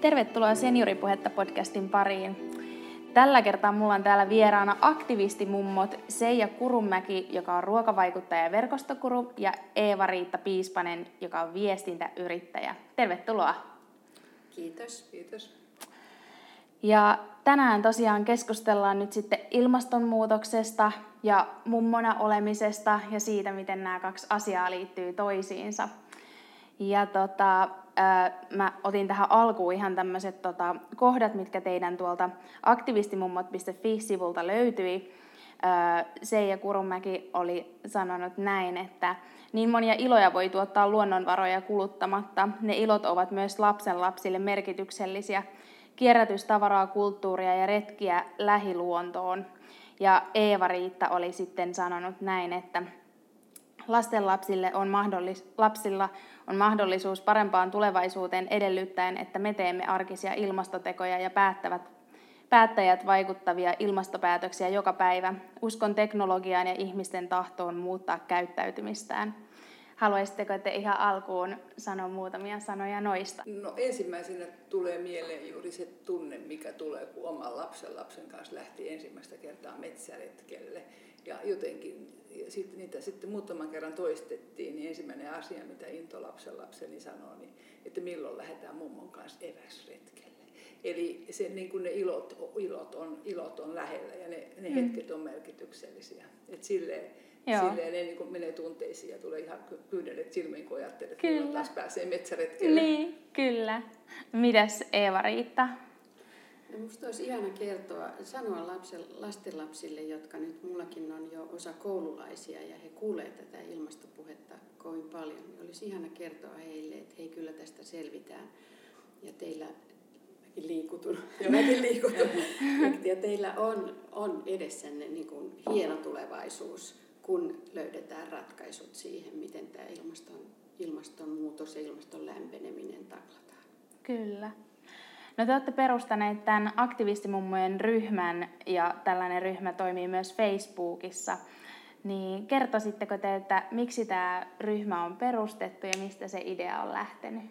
Tervetuloa Senioripuhetta podcastin pariin. Tällä kertaa mulla on täällä vieraana aktivistimummot Seija Kurunmäki, joka on ruokavaikuttaja ja verkostokuru, ja Eeva-Riitta Piispanen, joka on viestintäyrittäjä. Tervetuloa. Kiitos. Kiitos. Ja tänään tosiaan keskustellaan nyt sitten ilmastonmuutoksesta ja mummona olemisesta ja siitä, miten nämä kaksi asiaa liittyy toisiinsa. Ja mä otin tähän alkuun ihan tämmöiset kohdat, mitkä teidän tuolta aktivistimummot.fi-sivulta löytyi. Seija Kurunmäki oli sanonut näin, että niin monia iloja voi tuottaa luonnonvaroja kuluttamatta. Ne ilot ovat myös lapsenlapsille merkityksellisiä. Kierrätystavaraa, kulttuuria ja retkiä lähiluontoon. Ja Eeva-Riitta oli sitten sanonut näin, että lapsilla on mahdollisuus parempaan tulevaisuuteen edellyttäen, että me teemme arkisia ilmastotekoja ja päättäjät vaikuttavia ilmastopäätöksiä joka päivä. Uskon teknologiaan ja ihmisten tahtoon muuttaa käyttäytymistään. Haluaisitteko te ihan alkuun sanoa muutamia sanoja noista? No ensimmäisenä tulee mieleen juuri se tunne, mikä tulee, kun oman lapsen kanssa lähti ensimmäistä kertaa metsäretkelle. Ja jotenkin niitä sitten muutaman kerran toistettiin, niin ensimmäinen asia, mitä Into lapseni sanoi, niin, että milloin lähdetään mummon kanssa eväsretkelle. Eli se, niin kuin ne ilot on lähellä ja ne hetket on merkityksellisiä. Et silleen ne niin kuin menee tunteisiin ja tulee ihan kyynelet silmiin, kun ajattelee, että milloin taas pääsee metsäretkelle. Niin, kyllä. Mitäs Eeva-Riitta? Minusta olisi ihana sanoa lastenlapsille, jotka nyt mullakin on jo osa koululaisia ja he kuulee tätä ilmastopuhetta kovin paljon. Niin olisi ihana kertoa heille, että hei, kyllä tästä selvitään. Ja teillä, mäkin liikutun. Ja teillä on edessänne niin kuin hieno tulevaisuus, kun löydetään ratkaisut siihen, miten tämä ilmastonmuutos ja ilmaston lämpeneminen taklataan. Kyllä. No te olette perustaneet tämän aktivistimummojen ryhmän ja tällainen ryhmä toimii myös Facebookissa. Niin kertoisitteko te, että miksi tämä ryhmä on perustettu ja mistä se idea on lähtenyt?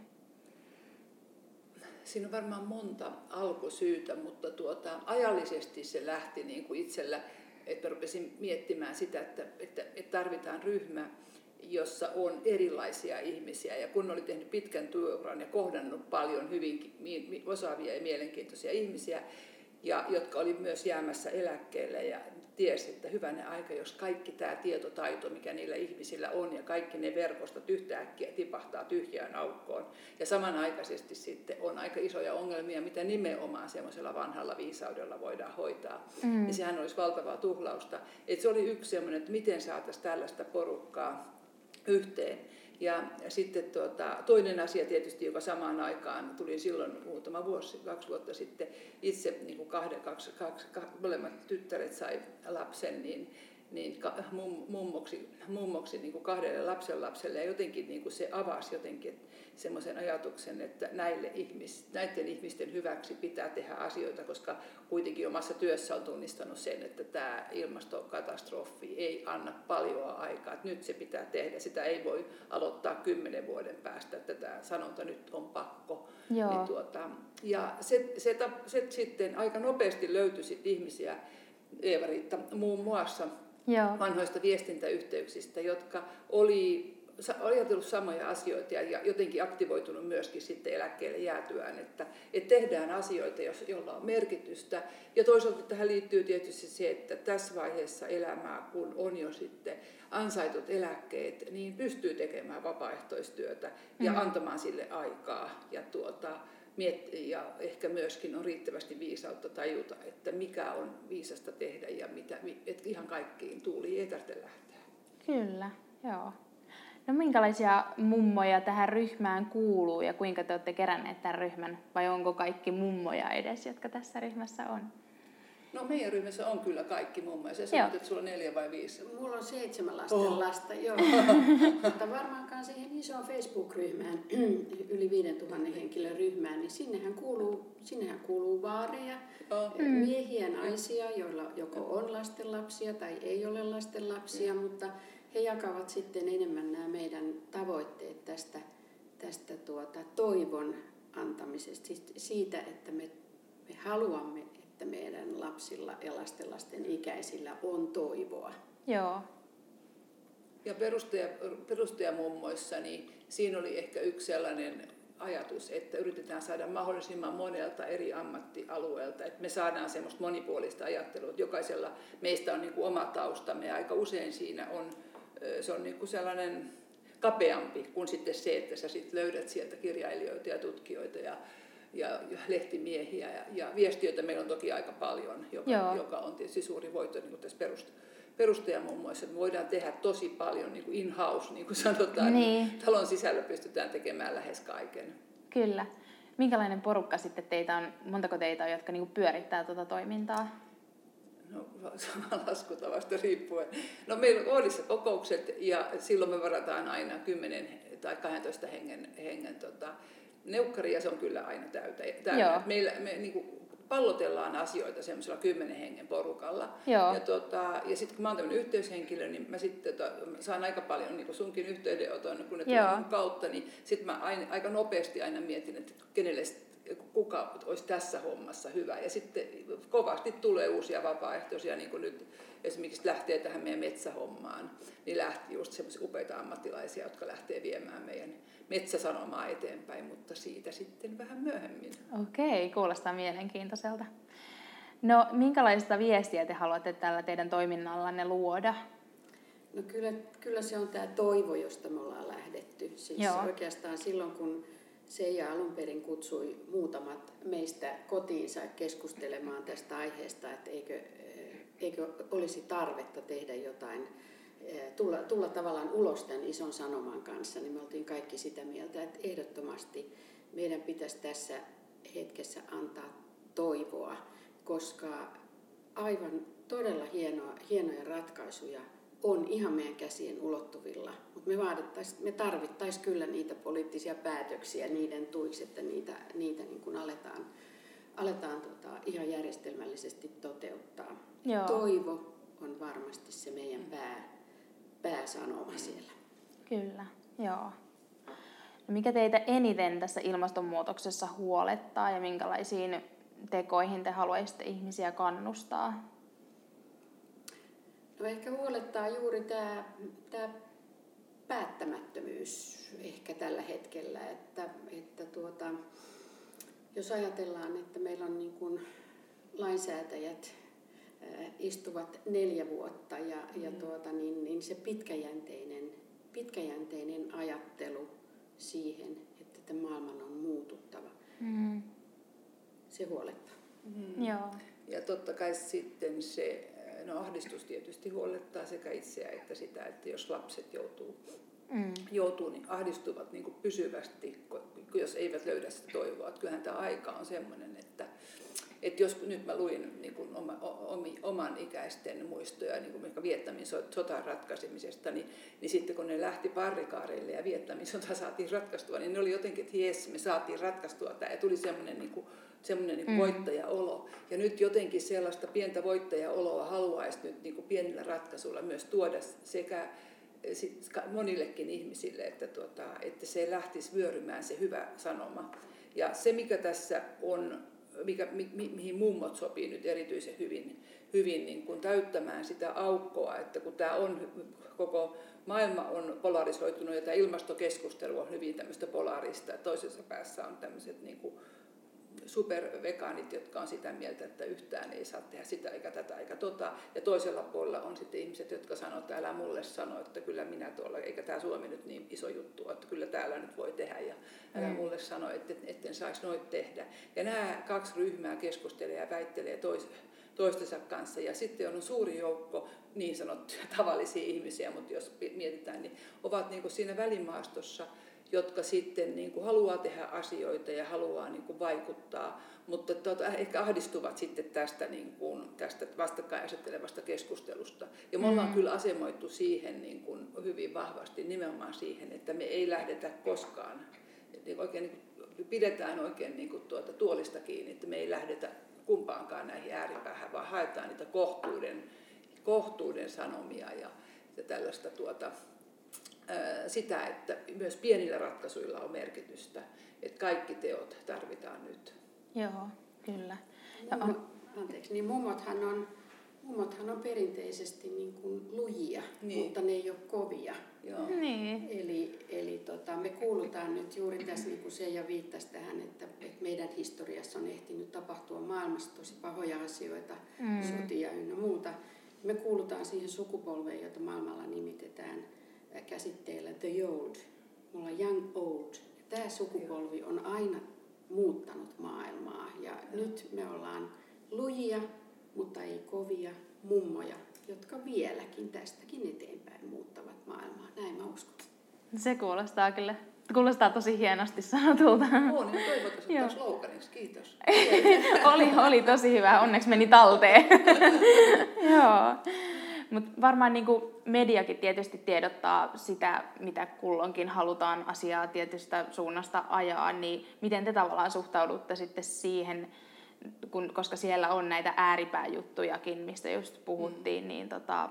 Siinä on varmaan monta alkusyytä, mutta ajallisesti se lähti niin kuin itsellä, että rupesin miettimään sitä, että tarvitaan ryhmä, jossa on erilaisia ihmisiä. Ja kun olin tehnyt pitkän työuran ja kohdannut paljon hyvin osaavia ja mielenkiintoisia ihmisiä, jotka oli myös jäämässä eläkkeelle ja tiesi, että hyvänen aika, jos kaikki tämä tietotaito, mikä niillä ihmisillä on ja kaikki ne verkostot yhtäkkiä tipahtaa tyhjään aukkoon. Ja samanaikaisesti sitten on aika isoja ongelmia, mitä nimenomaan semmoisella vanhalla viisaudella voidaan hoitaa. Niin sehän olisi valtavaa tuhlausta. Et se oli yksi semmoinen, että miten saataisiin tällaista porukkaa yhteen. Ja sitten toinen asia tietysti, joka samaan aikaan tuli silloin muutama vuosi, 2 vuotta sitten, itse niin kuin molemmat tyttäret sai lapsen, niin mummoksi niin kuin 2 lapsenlapselle, ja jotenkin niin kuin se avasi jotenkin semmoisen ajatuksen, että näiden ihmisten hyväksi pitää tehdä asioita, koska kuitenkin omassa työssä on tunnistanut sen, että tämä ilmastokatastrofi ei anna paljoa aikaa, että nyt se pitää tehdä, sitä ei voi aloittaa 10 vuoden päästä, että tämä sanonta nyt on pakko. Niin ja se sitten aika nopeasti löytyi sit ihmisiä, Eeva-Riitta muun muassa, vanhoista viestintäyhteyksistä, jotka oli ajatellut samoja asioita ja jotenkin aktivoitunut myöskin sitten eläkkeelle jäätyään, että tehdään asioita, joilla on merkitystä. Ja toisaalta tähän liittyy tietysti se, että tässä vaiheessa elämää, kun on jo sitten ansaitut eläkkeet, niin pystyy tekemään vapaaehtoistyötä ja antamaan sille aikaa. Ja ehkä myöskin on riittävästi viisautta tajuta, että mikä on viisasta tehdä ja että ihan kaikkiin tuuliin ei tarvitse lähteä. Kyllä, joo. No minkälaisia mummoja tähän ryhmään kuuluu ja kuinka te olette keränneet tämän ryhmän? Vai onko kaikki mummoja edes, jotka tässä ryhmässä on? No meidän ryhmässä on kyllä kaikki mummoja. Sä sanot, että sulla on 4 vai 5? Mulla on 7 lasta, joo. Mutta varmaankaan siihen isoon Facebook-ryhmään, yli 5000 henkilön ryhmään, niin sinnehän kuuluu vaareja, miehiä ja naisia, joilla joko on lastenlapsia tai ei ole lastenlapsia, mutta he jakavat sitten enemmän nämä meidän tavoitteet tästä toivon antamisesta, siis siitä, että me haluamme, että meidän lapsilla ja lastenlasten ikäisillä on toivoa. Joo. Ja perustajamummoissa, niin siinä oli ehkä yksi sellainen ajatus, että yritetään saada mahdollisimman monelta eri ammattialueelta, että me saadaan semmoista monipuolista ajattelua, että jokaisella meistä on niin kuin oma taustamme ja aika usein siinä se on niin kuin sellainen kapeampi kuin sitten se, että sä sit löydät sieltä kirjailijoita ja tutkijoita ja lehtimiehiä ja viestiöitä meillä on toki aika paljon, joka on tietysti suuri voitto niin kuin tässä perustajamummoissa. Me voidaan tehdä tosi paljon niin kuin in-house, niin kuin sanotaan. Niin. Talon sisällä pystytään tekemään lähes kaiken. Kyllä. Minkälainen porukka sitten teitä on, montako teitä on, jotka niin kuin pyörittää tuota toimintaa? No, sama laskutavasta riippuen. No, meillä on kohdissa kokoukset ja silloin me varataan aina 10 tai 12 hengen neukkari ja se on kyllä aina täynnä. Me niin kuin pallotellaan asioita semmoisella 10 hengen porukalla. Ja sitten kun mä oon tämmöinen yhteyshenkilö, niin mä sitten saan aika paljon niin kuin sunkin yhteydenoton, kun ne tulee mun kautta, niin sitten mä aika nopeasti aina mietin, että kuka olisi tässä hommassa hyvä. Ja sitten kovasti tulee uusia vapaaehtoisia, niin kuin nyt esimerkiksi lähtee tähän meidän metsähommaan, niin lähti just semmoisia upeita ammattilaisia, jotka lähtee viemään meidän metsäsanomaa eteenpäin, mutta siitä sitten vähän myöhemmin. Okei, kuulostaa mielenkiintoiselta. No, minkälaista viestiä te haluatte tällä teidän toiminnallanne luoda? No kyllä se on tämä toivo, josta me ollaan lähdetty. Siis oikeastaan silloin, kun Seija alun perin kutsui muutamat meistä kotiinsa keskustelemaan tästä aiheesta, että eikö olisi tarvetta tehdä jotain, tulla tavallaan ulos tämän ison sanoman kanssa, niin me oltiin kaikki sitä mieltä, että ehdottomasti meidän pitäisi tässä hetkessä antaa toivoa, koska aivan todella hienoja ratkaisuja on ihan meidän käsien ulottuvilla, mutta me tarvittaisiin kyllä niitä poliittisia päätöksiä niiden tuiksi, että niitä niin kuin aletaan ihan järjestelmällisesti toteuttaa. Toivo on varmasti se meidän pääsanoma siellä. Kyllä, joo. No mikä teitä eniten tässä ilmastonmuutoksessa huolettaa ja minkälaisiin tekoihin te haluaisitte ihmisiä kannustaa? No ehkä huolettaa juuri tämä päättämättömyys ehkä tällä hetkellä, että jos ajatellaan, että meillä on niin kuin lainsäätäjät istuvat 4 vuotta niin se pitkäjänteinen ajattelu siihen, että tämän maailman on muututtava, se huolettaa. Joo. Ja totta kai sitten se ahdistus tietysti huolettaa sekä itseä että sitä, että jos lapset joutuu niin ahdistuvat niin kuin pysyvästi, jos eivät löydä sitä toivoa. Että kyllähän tämä aika on semmoinen, että jos nyt mä luin niin kuin oman ikäisten muistoja niin kuin Vietnamin sotan ratkaisemisesta, niin sitten kun ne lähti barrikaadeille ja Vietnamin sota saatiin ratkaistua, niin ne oli jotenkin, että jes, me saatiin ratkaistua tämä ja tuli semmoinen niin kuin voittajaolo. Ja nyt jotenkin sellaista pientä voittajaoloa haluaisi nyt niin kuin pienillä ratkaisuilla myös tuoda sekä monillekin ihmisille, että se lähtisi vyörymään se hyvä sanoma. Ja se, mikä tässä on, mihin mummot sopii nyt erityisen hyvin niin kuin täyttämään sitä aukkoa, että kun tämä on, koko maailma on polarisoitunut ja tämä ilmastokeskustelu on hyvin tämmöistä polaarista, että toisessa päässä on tämmöiset niin kuin supervegaanit, jotka on sitä mieltä, että yhtään ei saa tehdä sitä eikä tätä eikä tota. Ja toisella puolella on sitten ihmiset, jotka sanoo, että älä mulle sano, että kyllä minä tuolla, eikä tämä Suomi nyt niin iso juttu, että kyllä täällä nyt voi tehdä ja älä mulle sano, etten saisi noita tehdä. Ja nämä 2 ryhmää keskustelee ja väittelee toistensa kanssa. Ja sitten on suuri joukko niin sanottuja tavallisia ihmisiä, mutta jos mietitään, niin ovat niin kuin siinä välimaastossa, jotka sitten niin kuin haluaa tehdä asioita ja haluaa niin kuin vaikuttaa, mutta ehkä ahdistuvat sitten tästä vastakkainasettelevasta keskustelusta. Ja me ollaan kyllä asemoittu siihen niin kuin hyvin vahvasti, nimenomaan siihen, että me ei lähdetä koskaan. Että oikein niin kuin pidetään oikein niin kuin tuolista kiinni, että me ei lähdetä kumpaankaan näihin ääripäähän, vaan haetaan niitä kohtuuden sanomia ja tällaista sitä, että myös pienillä ratkaisuilla on merkitystä, että kaikki teot tarvitaan nyt. Joo, kyllä. Niin mummothan on perinteisesti niin kuin lujia, mutta ne ei ole kovia. Joo. Niin. Eli me kuulutaan nyt juuri tässä, niin kuin Seija viittasi tähän, että meidän historiassa on ehtinyt tapahtua maailmassa tosi pahoja asioita, sotia ynnä muuta. Me kuulutaan siihen sukupolveen, jota maailmalla nimitetään käsitteellä the old. Me ollaan young old. Tämä sukupolvi on aina muuttanut maailmaa ja nyt me ollaan lujia, mutta ei kovia mummoja, jotka vieläkin tästäkin eteenpäin muuttavat maailmaa. Näin mä uskon. Se kuulostaa tosi hienosti sanotulta. On, ja toivottavasti ottaa sloganiksi. Kiitos. oli tosi hyvä. Onneksi meni talteen. Joo. Mutta varmaan niinku mediakin tietysti tiedottaa sitä, mitä kulloinkin halutaan asiaa tietystä suunnasta ajaa, niin miten te tavallaan suhtaudutte sitten siihen, koska siellä on näitä ääripääjuttujakin, mistä just puhuttiin, niin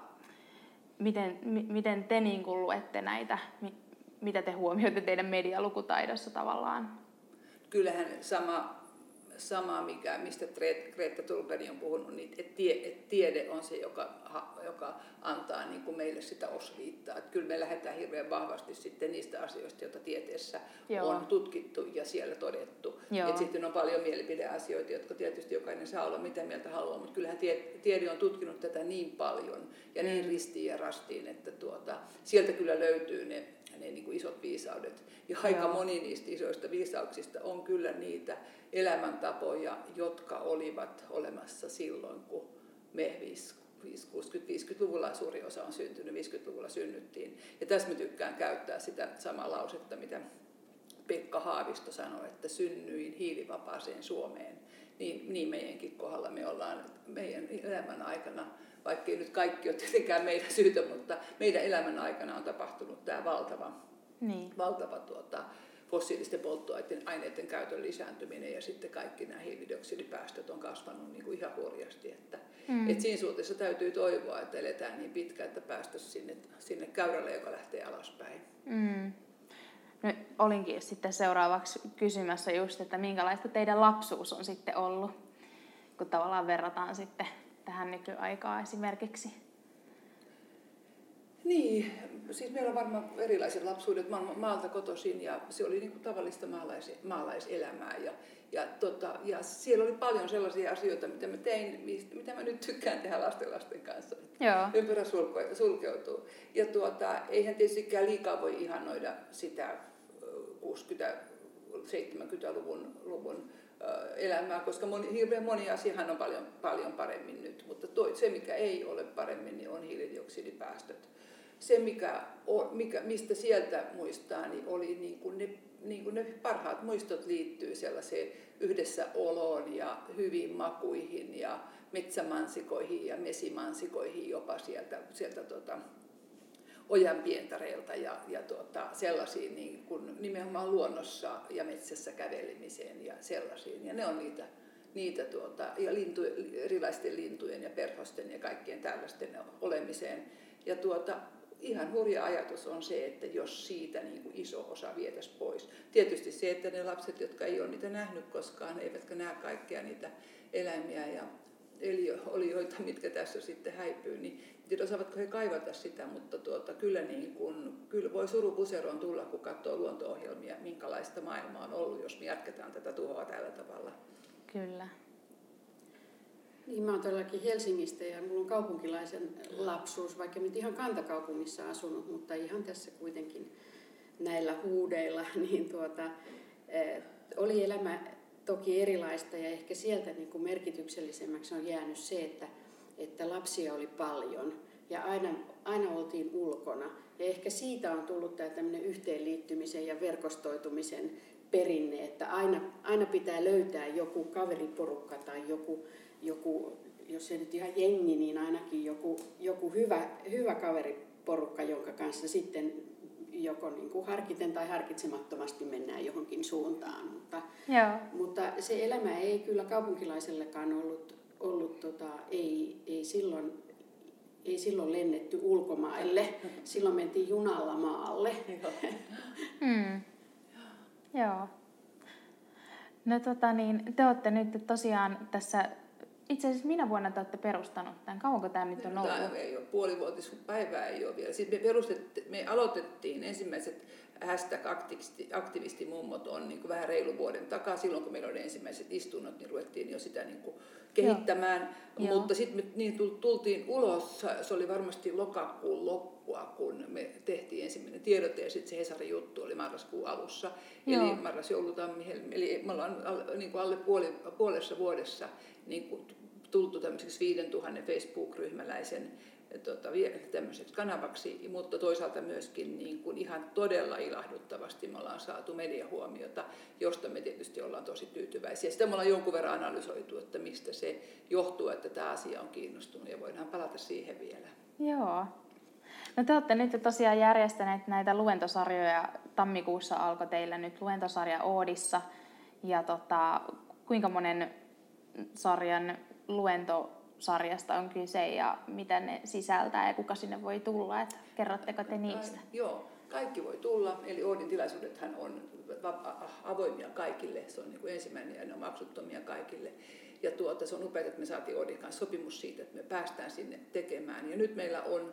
miten te niin kuin luette näitä, mitä te huomioitte teidän medialukutaidossa tavallaan? Kyllähän sama mistä Greta Thunberg on puhunut, niin että tiede on se, joka antaa niin kuin meille sitä osviittaa. Että kyllä me lähdetään hirveän vahvasti sitten niistä asioista, joita tieteessä on tutkittu ja siellä todettu. Et sitten on paljon mielipideasioita, jotka tietysti jokainen saa olla mitä mieltä haluaa, mutta kyllähän tiede on tutkinut tätä niin paljon ja niin ristiin ja rastiin, että sieltä kyllä löytyy ne niin kuin isot viisaudet. Ja aika moni niistä isoista viisauksista on kyllä niitä elämäntapoja, jotka olivat olemassa silloin, kun me 60-50-luvulla suuri osa on syntynyt, 50-luvulla synnyttiin. Ja tässä mä tykkään käyttää sitä samaa lausetta, mitä Pekka Haavisto sanoi, että synnyin hiilivapaaseen Suomeen. Niin meidänkin kohdalla me ollaan meidän elämän aikana, vaikkei nyt kaikki ole tietenkään meidän syytä, mutta meidän elämän aikana on tapahtunut tämä valtava fossiilisten polttoaineiden käytön lisääntyminen ja sitten kaikki nämä hiilidioksidipäästöt on kasvanut niin kuin ihan hurjasti. Että siinä suhteessa täytyy toivoa, että eletään niin pitkään, että päästäisiin sinne käyrälle, joka lähtee alaspäin. No, olinkin sitten seuraavaksi kysymässä just, että minkälaista teidän lapsuus on sitten ollut, kun tavallaan verrataan sitten tähän nykyaikaan esimerkiksi. Niin, siis meillä on varmaan erilaiset lapsuudet. Mä olen maalta kotoisin ja se oli niin kuin tavallista maalaiselämää. Ja siellä oli paljon sellaisia asioita, mitä mä tein, mitä mä nyt tykkään tehdä lasten kanssa. Ympyrä sulkeutuu. Ja eihän tietystikään liikaa voi ihannoida sitä 60-70-luvun elämää, koska hirveän moni asiahan on paljon paremmin nyt. Mutta se, mikä ei ole paremmin, niin on hiilidioksidipäästöt. Se, mistä sieltä muistaa, niin oli niin kuin ne parhaat muistot liittyy sellaiseen yhdessäoloon ja hyviin makuihin ja metsämansikoihin ja mesimansikoihin jopa sieltä ojanpientareilta ja sellaisiin niin kuin nimenomaan luonnossa ja metsässä kävelemiseen ja sellaisiin. Ja ne on niitä ja erilaisten lintujen ja perhosten ja kaikkien tällaisten olemiseen. Ja ihan hurja ajatus on se, että jos siitä niin kuin iso osa vietäisiin pois. Tietysti se, että ne lapset, jotka ei ole niitä nähnyt koskaan, eivätkä näe kaikkia niitä eläimiä ja eliöitä, mitkä tässä sitten häipyy, niin osaavatko he kaivata sitä, mutta kyllä voi surupuseroon tulla, kun katsoo luonto-ohjelmia, minkälaista maailmaa on ollut, jos me jatketaan tätä tuhoa tällä tavalla. Kyllä. Niin, mä oon todellakin Helsingistä ja mulla on kaupunkilaisen lapsuus, vaikka nyt ihan kantakaupungissa asunut, mutta ihan tässä kuitenkin näillä huudeilla, niin oli elämä toki erilaista ja ehkä sieltä niin kuin merkityksellisemmäksi on jäänyt se, että lapsia oli paljon ja aina oltiin ulkona. Ja ehkä siitä on tullut tämä tämmöinen yhteenliittymisen ja verkostoitumisen perinne, että aina pitää löytää joku kaveriporukka tai joku, jos ei nyt ihan jengi, niin ainakin joku hyvä kaveriporukka, jonka kanssa sitten joko niin kuin harkiten tai harkitsemattomasti mennään johonkin suuntaan. Mutta se elämä ei kyllä kaupunkilaisellekaan ollut ei silloin ei silloin lennetty ulkomaille, silloin mentiin junalla maalle. Joo. No te olette nyt tosiaan tässä, itse asiassa minä vuonna te olette perustanut tämän? Kauanko tämä nyt on ollut? Tämä ei ole puolivuotispäivää, ei ole vielä. Sitten me aloitettiin ensimmäiset #aktivistimummot on niin kuin vähän reilu vuoden takaa. Silloin kun meillä oli ensimmäiset istunnot, niin ruvettiin jo sitä niin kuin kehittämään. Joo. Mutta sitten me niin tultiin ulos, se oli varmasti lokakuun loppua, kun me tehtiin ensimmäinen tiedote ja sitten se Hesarin juttu oli marraskuun alussa. Joo. Eli marras-joulutammi-helmi. Eli me ollaan niin kuin alle puolessa vuodessa niin kuin tultu tämmöiseksi 5000 Facebook-ryhmäläisen tämmöiseksi kanavaksi, mutta toisaalta myöskin niin kuin ihan todella ilahduttavasti me ollaan saatu mediahuomiota, josta me tietysti ollaan tosi tyytyväisiä. Sitä me ollaan jonkun verran analysoitu, että mistä se johtuu, että tämä asia on kiinnostunut ja voidaan palata siihen vielä. Joo. No te olette nyt tosiaan järjestäneet näitä luentosarjoja. Tammikuussa alkoi teillä nyt luentosarja Oodissa. Ja kuinka monen sarjan luentosarjasta on kyse ja mitä ne sisältää ja kuka sinne voi tulla? Et kerrotteko te niistä? Joo, kaikki voi tulla. Eli Oodin tilaisuudethan on avoimia kaikille. Se on niin kuin ensimmäinen ja ne on maksuttomia kaikille. Ja se on upeaa, että me saatiin Oodin kanssa sopimus siitä, että me päästään sinne tekemään. Ja nyt meillä on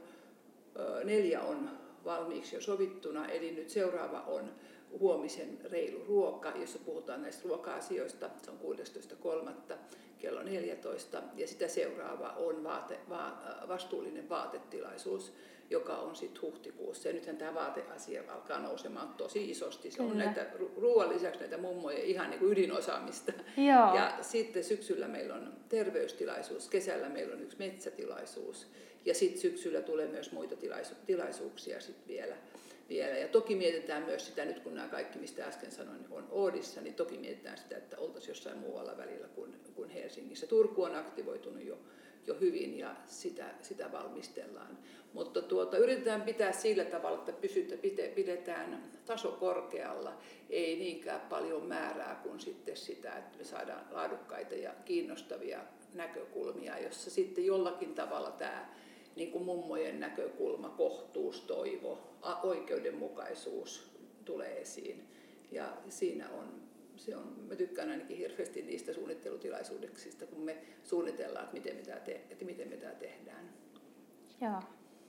4 on valmiiksi jo sovittuna, eli nyt seuraava on huomisen reilu ruoka, jossa puhutaan näistä ruoka-asioista. Se on 16.3. kello 14. Ja sitä seuraava on vastuullinen vaatetilaisuus, joka on sitten huhtikuussa. Ja nythän tämä vaateasia alkaa nousemaan tosi isosti. Se on näitä ruoan lisäksi näitä mummoja ihan niin kuin ydinosaamista. Joo. Ja sitten syksyllä meillä on terveystilaisuus, kesällä meillä on yksi metsätilaisuus. Ja sitten syksyllä tulee myös muita tilaisuuksia sitten vielä. Ja toki mietitään myös sitä, nyt kun nämä kaikki, mistä äsken sanoin, on Oodissa, niin toki mietitään sitä, että oltaisiin jossain muualla välillä kuin Helsingissä. Turku on aktivoitunut jo hyvin ja sitä valmistellaan. Mutta yritetään pitää sillä tavalla, että pidetään taso korkealla, ei niinkään paljon määrää kuin sitten sitä, että me saadaan laadukkaita ja kiinnostavia näkökulmia, jossa sitten jollakin tavalla tämä niin kuin mummojen näkökulma, kohtuus, toivo, oikeudenmukaisuus tulee esiin. Ja siinä mä tykkään ainakin hirveästi niistä suunnittelutilaisuuksista, kun me suunnitellaan, että miten me tämä tehdään. Joo.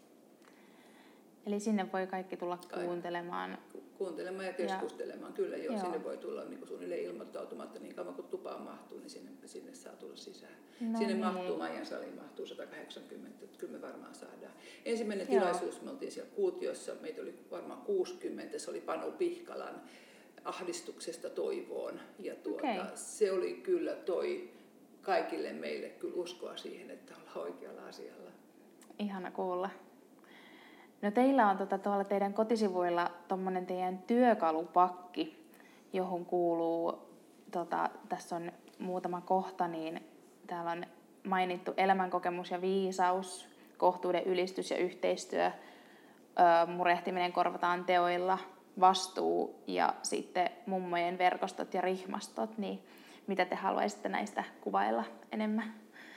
Eli sinne voi kaikki tulla kuuntelemaan. Kuuntelemaan ja keskustelemaan, kyllä joo. Sinne voi tulla niin kuin suunnilleen ilmoittautumatta niin kauan kuin tupaan mahtuu, niin sinne saa tulla sisään. No sinne mahtuu, Maijan saliin mahtuu 180, että kyllä me varmaan saadaan. Ensimmäinen tilaisuus, me oltiin siellä Kuutiossa, meitä oli varmaan 60, se oli Panu Pihkalan Ahdistuksesta toivoon. Ja se oli kyllä kaikille meille kyllä uskoa siihen, että ollaan oikealla asialla. Ihana kuulla. No teillä on tuolla teidän kotisivuilla tommonen teidän työkalupakki, johon kuuluu, tässä on muutama kohta, niin täällä on mainittu elämänkokemus ja viisaus, kohtuuden ylistys ja yhteistyö, murehtiminen korvataan teoilla, vastuu ja sitten mummojen verkostot ja rihmastot, niin mitä te haluaisitte näistä kuvailla enemmän?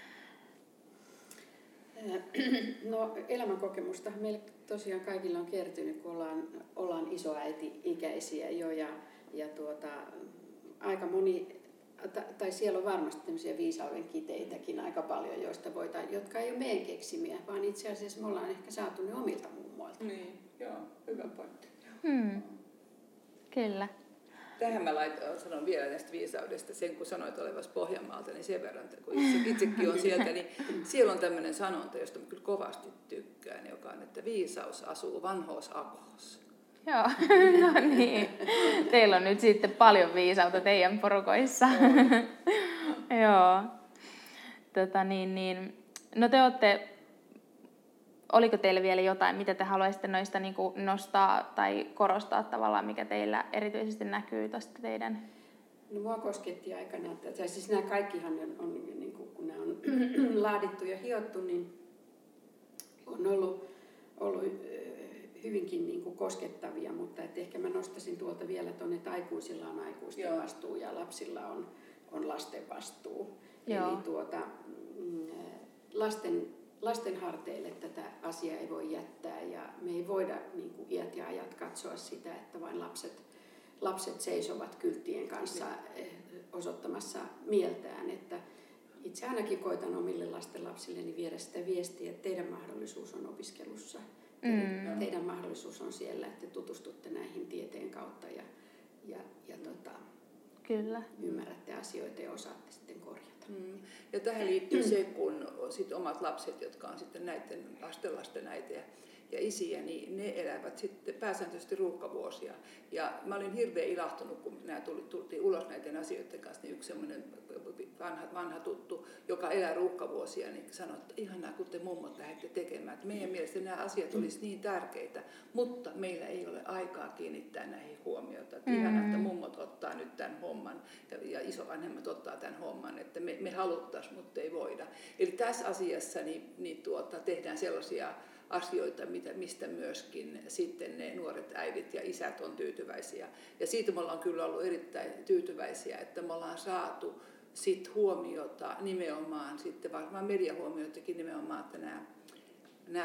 No elämänkokemusta meille tosiaan kaikilla on kertynyt, kun ollaan isoäiti-ikäisiä jo ja aika moni, tai siellä on varmasti tämmöisiä viisauden kiteitäkin aika paljon, jotka ei ole meidän keksimiä, vaan itse asiassa me ollaan ehkä saatu ne omilta mummoilta. Niin, joo, hyvä pointti. Kyllä. Tähän mä sanon vielä tästä viisaudesta, sen kun sanoit olevasi Pohjanmaalta, niin sen verran, kun itsekin on sieltä, niin siellä on tämmöinen sanonta, josta mä kyllä kovasti tykkään, joka on, että viisaus asuu vanhoos akoos. Joo, no niin. Teillä on nyt sitten paljon viisautta teidän porukoissa. Joo. No te olette, oliko teillä vielä jotain, mitä te haluaisitte noista niin kuin nostaa tai korostaa tavallaan, mikä teillä erityisesti näkyy tuosta teidän? No mua kosketti aikanaan, että siis nämä kaikkihan on niin kuin, kun nämä on laadittu ja hiottu, niin on ollut hyvinkin niin kuin koskettavia, mutta et ehkä mä nostaisin tuolta vielä tuonne, että aikuisilla on aikuisten vastuu ja lapsilla on lasten vastuu. Joo. Eli lasten lasten harteille tätä asiaa ei voi jättää ja me ei voida niin kuin iät ja ajat katsoa sitä, että vain lapset seisovat kylttien kanssa osoittamassa mieltään. Että itse ainakin koitan omille lastenlapsilleni viedä sitä viestiä, että teidän mahdollisuus on opiskelussa. Teidän mahdollisuus on siellä, että tutustutte näihin tieteen kautta ja Kyllä. ymmärrätte asioita ja osaatte sitten korjata. Ja tähän liittyy se, kun sit omat lapset, jotka on sitten näiden lastenlasten äitejä ja isiä, niin ne elävät sitten pääsääntöisesti ruuhkavuosia. Ja mä olin hirveän ilahtunut, kun tultiin ulos näiden asioiden kanssa, niin yksi semmoinen vanha tuttu, joka elää ruuhkavuosia, niin sanoi, että ihanaa, kun te mummot lähdette tekemään. Että meidän mielestä nämä asiat olisi niin tärkeitä, mutta meillä ei ole aikaa kiinnittää näihin huomiota. Että ihanaa, että mummot ottaa nyt tämän homman ja isovanhemmat ottaa tämän homman, että me haluttaisiin, mutta ei voida. Eli tässä asiassa tehdään sellaisia asioita, mistä myöskin sitten ne nuoret äidit ja isät on tyytyväisiä. Ja siitä me ollaan kyllä ollut erittäin tyytyväisiä, että me ollaan saatu sit huomiota nimenomaan, sitten varmaan mediahuomioitakin nimenomaan, että nämä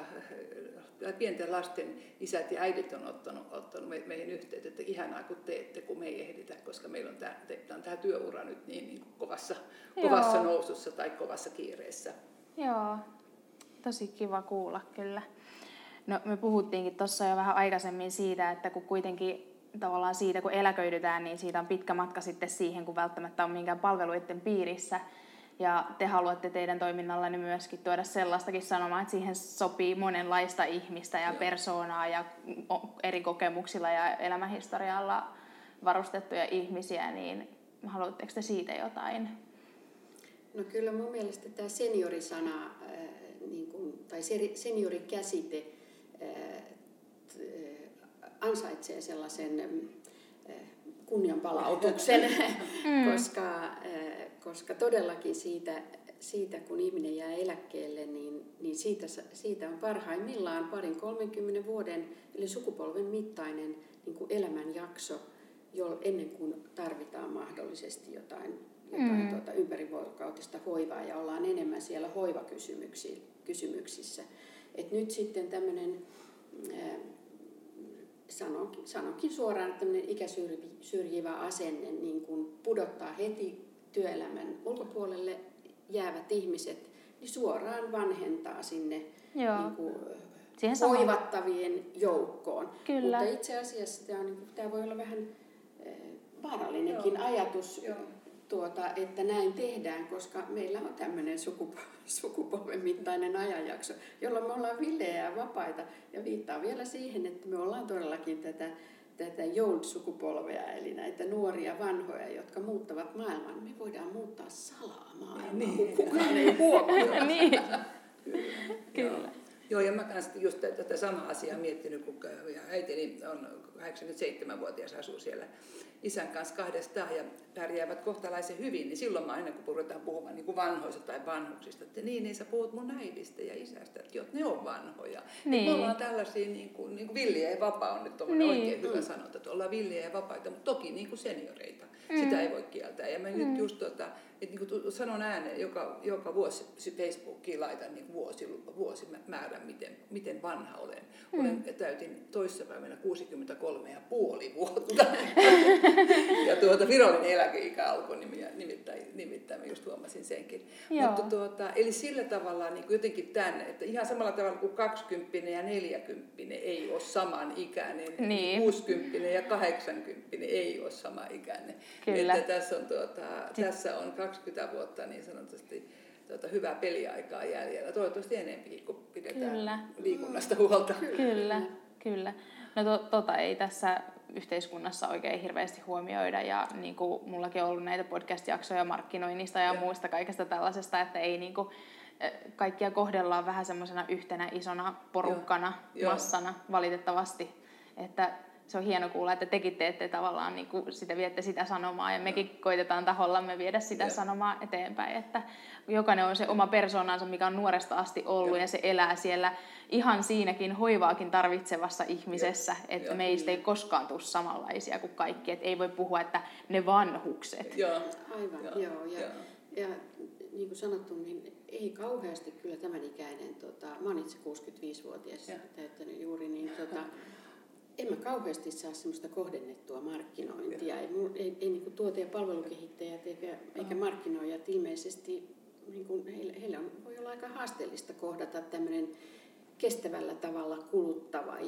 pienten lasten isät ja äidit on ottanut meihin yhteyttä, että ihanaa kun teette, kun me ei ehditä, koska meillä on tämä työura nyt niin kovassa nousussa tai kovassa kiireessä. Joo, tosi kiva kuulla kyllä. No me puhuttiinkin tuossa jo vähän aikaisemmin siitä, että kun kuitenkin tavallaan siitä kun eläköidytään, niin siitä on pitkä matka sitten siihen, kun välttämättä on minkään palveluiden piirissä. Ja te haluatte teidän toiminnallanne myöskin tuoda sellaistakin sanomaa, että siihen sopii monenlaista ihmistä ja persoonaa ja eri kokemuksilla ja elämänhistorialla varustettuja ihmisiä, niin haluatteko te siitä jotain? No kyllä mun mielestä tämä seniorisana tai seniorikäsite ansaitsee sellaisen kunnianpalautuksen, koska todellakin siitä kun ihminen jää eläkkeelle, niin siitä on parhaimmillaan 20-30 vuoden eli sukupolven mittainen niin kuin elämänjakso, ennen kuin tarvitaan mahdollisesti jotain ympärivuorokautista hoivaa ja ollaan enemmän siellä hoivakysymyksissä. Et nyt sitten tämmöinen, sanonkin suoraan, että tämmöinen ikäsyrjivä asenne niin kun pudottaa heti työelämän ulkopuolelle jäävät ihmiset, niin suoraan vanhentaa sinne niin kuin hoivattavien joukkoon. Kyllä. Mutta itse asiassa tämä voi olla vähän vaarallinenkin ajatus, että näin tehdään, koska meillä on tämmöinen sukupolven mittainen ajanjakso, jolla me ollaan villejä ja vapaita. Ja viittaa vielä siihen, että me ollaan todellakin tätä Jolt-sukupolvea, eli näitä nuoria vanhoja, jotka muuttavat maailman. Me voidaan muuttaa salaa maailmaa, kun kukaan ei huomaa. Niin. Kyllä. Joo, ja mä kanssa just tätä samaa asiaa miettinyt, kun äitini on 87-vuotias, asuu siellä isän kanssa kahdestaan ja pärjäävät kohtalaisen hyvin, niin silloin mä aina kun ruvetaan puhumaan niin kuin vanhoista tai vanhuksista, että niin sä puhut mun äidistä ja isästä, että ne on vanhoja. Niin. Me ollaan tällaisia niin kuin villiä ja vapaa on nyt oikein hyvä sanonta, että ollaan villiä ja vapaita, mutta toki niin kuin senioreita. Sitä ei voi kieltää. Ja mä nyt just että niin kuin sanon ääneen, joka vuosi Facebookiin laitan niin vuosimäärän, miten vanha olen. Täytin toissapäivänä 63,5 vuotta. Ja virallinen eläkeikä alkoi nimittäin mä just huomasin senkin. Mutta, eli sillä tavalla niin jotenkin tänne, että ihan samalla tavalla kuin 20 ja 40 ei ole samanikäinen, niin 60 ja 80 ei ole samaikäinen. Kyllä. Että tässä on 20 vuotta niin sanotusti hyvää peliaikaa jäljellä. Toivottavasti enempikin, kun pidetään liikunnasta huolta. Kyllä. No ei tässä yhteiskunnassa oikein hirveästi huomioida ja niin kuin mullakin on ollut näitä podcast-jaksoja markkinoinnista ja muusta kaikesta tällaisesta, että ei niin kuin, kaikkia kohdellaan vähän semmoisena yhtenä isona porukkana, massana valitettavasti, että se on hieno kuulla, että tekin teette tavallaan niin kuin viette sitä sanomaa ja mekin koitetaan tahollamme viedä sitä sanomaa eteenpäin, että jokainen on se oma persoonansa, mikä on nuoresta asti ollut ja se elää siellä ihan siinäkin hoivaakin tarvitsevassa ihmisessä, että meistä ei koskaan tule samanlaisia kuin kaikki, että ei voi puhua, että ne vanhukset. Aivan, joo. Ja niin kuin sanottu, niin ei kauheasti kyllä tämän ikäinen, mä oon itse 65-vuotias täyttänyt juuri, niin en mä kauheasti saa semmoista kohdennettua markkinointia. Ei niin kuin tuote- ja palvelukehittäjät eikä markkinoijat ilmeisesti, niin kuin heillä voi olla aika haasteellista kohdata tämmöinen kestävällä tavalla kuluttava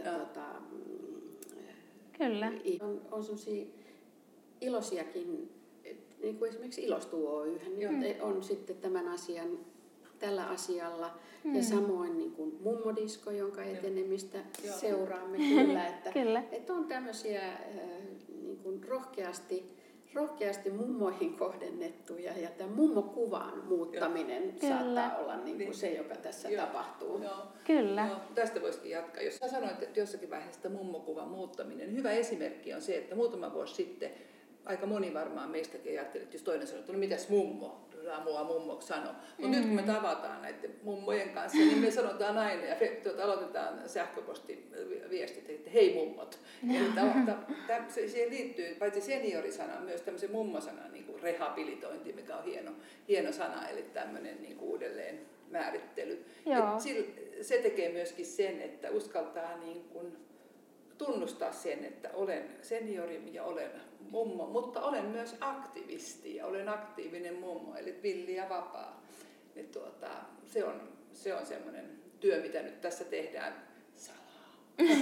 Kyllä. On semmoisia iloisiakin, niin kuin esimerkiksi Ilostu Oy:hän on sitten tällä asialla. Ja samoin niin kuin Mummodisko, jonka etenemistä seuraamme kyllä. Että on tämmöisiä niin kuin rohkeasti mummoihin kohdennettuja ja tämä mummokuvan muuttaminen saattaa olla niin kuin se, joka tässä tapahtuu. Kyllä. Tästä voisikin jatkaa. Jos sä sanoit, että jossakin vaiheessa muummokuvan muuttaminen, hyvä esimerkki on se, että muutama vuosi sitten aika moni varmaan meistäkin ajatteli, että jos toinen sanoo, että no mitäs mummo? Mua mummoksi sanoo. Mutta nyt kun me tavataan näiden mummojen kanssa, niin me sanotaan aina ja aloitetaan sähköpostiviestit, että hei mummot. Eli siihen liittyy paitsi seniorisana myös tämmöisen mummosanan niin kuin rehabilitointi, mikä on hieno sana, eli tämmöinen niin kuin uudelleen määrittely. Se tekee myöskin sen, että uskaltaa niin kuin tunnustaa sen, että olen seniori ja olen mummo, mutta olen myös aktivisti ja olen aktiivinen mummo, eli villi ja vapaa. Niin se on semmoinen työ, mitä nyt tässä tehdään salaa.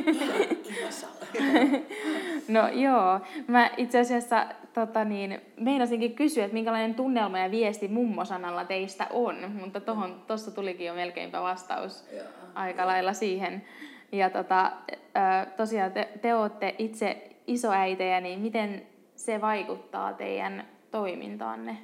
No joo, mä itse asiassa meinasinkin kysyä, että minkälainen tunnelma ja viesti mummosanalla teistä on, mutta tuossa tulikin jo melkeinpä vastaus aika lailla siihen. Ja tosiaan te olette itse isoäitejä, niin miten se vaikuttaa teidän toimintaanne?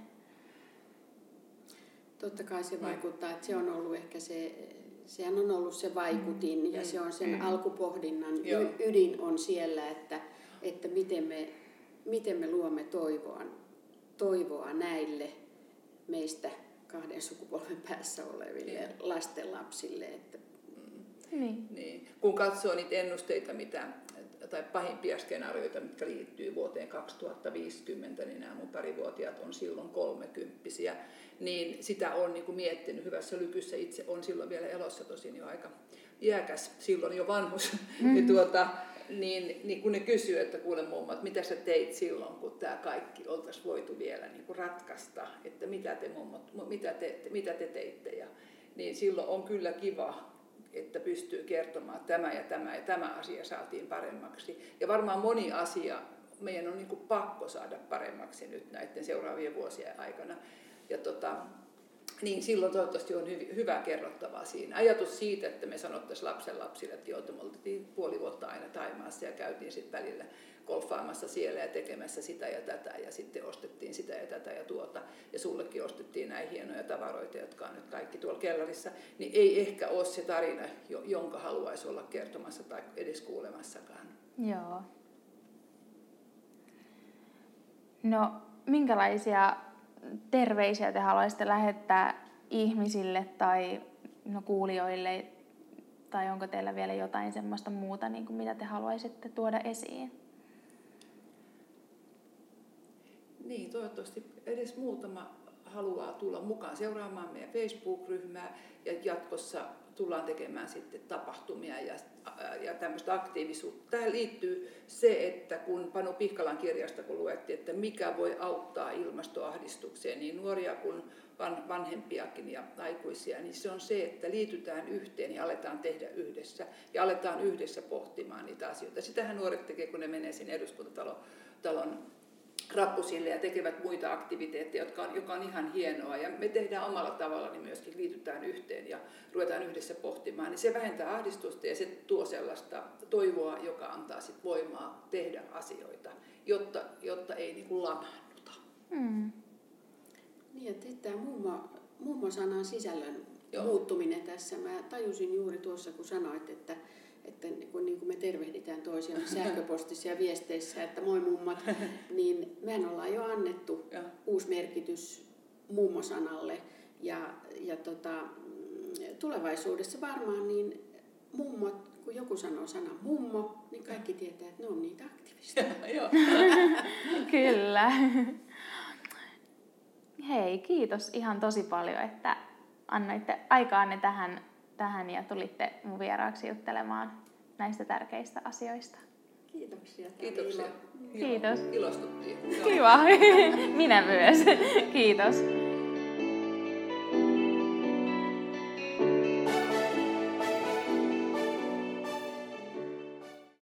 Totta kai se vaikuttaa, että se on ollut ehkä sehän on ollut se vaikutin ja se on sen alkupohdinnan ydin on siellä, että miten me luomme toivoa näille meistä 2 sukupolven päässä oleville lastenlapsille. Niin. Kun katsoo niitä ennusteita, tai pahimpia skenaarioita, mitkä liittyy vuoteen 2050, niin nämä mun parivuotiaat on silloin 30-vuotiaita, niin sitä on niin kuin miettinyt hyvässä lykyssä. Itse on silloin vielä elossa, tosin jo aika iäkäs, silloin jo vanhus. Niin kun ne kysyy, että kuule mummo, että mitä sä teit silloin, kun tämä kaikki oltaisiin voitu vielä niin kuin ratkaista, että mitä te teitte, niin silloin on kyllä kiva, että pystyy kertomaan, että tämä asia saatiin paremmaksi. Ja varmaan moni asia meidän on niin kuin pakko saada paremmaksi nyt näiden seuraavien vuosien aikana. Ja niin silloin toivottavasti on hyvää kerrottavaa siinä. Ajatus siitä, että me sanottaisiin lapsenlapsille, että me oltiin puoli vuotta aina Thaimaassa ja käytiin sitten välillä golfaamassa siellä ja tekemässä sitä ja tätä ja sitten ostettiin sitä ja tätä ja tuota ja sullekin ostettiin näin hienoja tavaroita, jotka on nyt kaikki tuolla kellarissa, niin ei ehkä ole se tarina, jonka haluaisi olla kertomassa tai edes kuulemassakaan. Joo. No, minkälaisia terveisiä te haluaisitte lähettää ihmisille tai kuulijoille, tai onko teillä vielä jotain semmoista muuta, niin kuin mitä te haluaisitte tuoda esiin? Niin, toivottavasti edes muutama haluaa tulla mukaan seuraamaan meidän Facebook-ryhmää ja jatkossa tullaan tekemään sitten tapahtumia ja tämmöistä aktiivisuutta. Tähän liittyy se, että kun Panu Pihkalan kirjasta kun luettiin, että mikä voi auttaa ilmastoahdistukseen, niin nuoria kuin vanhempiakin ja aikuisia, niin se on se, että liitytään yhteen ja aletaan tehdä yhdessä ja aletaan yhdessä pohtimaan niitä asioita. Sitähän nuoret tekee, kun ne menee sinne eduskuntatalon rappusille ja tekevät muita aktiviteetteja, joka on ihan hienoa. Ja me tehdään omalla tavalla, niin myöskin liitytään yhteen ja ruvetaan yhdessä pohtimaan. Niin se vähentää ahdistusta ja se tuo sellaista toivoa, joka antaa sit voimaa tehdä asioita, jotta ei niin kuin lamaannuta. Niin, että tämä mummo-sanan sisällön muuttuminen tässä. Mä tajusin juuri tuossa, kun sanoit, että niin kuin me tervehditään toisiamme sähköpostissa ja viesteissä, että moi mummat, niin mehän ollaan jo annettu uusi merkitys mummosanalle. Ja tulevaisuudessa varmaan niin mummot, kun joku sanoo sanan mummo, niin kaikki tietää, että ne on niitä aktivisteja. Kyllä. Hei, kiitos ihan tosi paljon, että annoitte aikaanne tähän ja tulitte mun vieraaksi juttelemaan näistä tärkeistä asioista. Kiitoksia. Kiitoksia. Kiitos. Ilostuttiin. Kiva. Minä myös. Kiitos.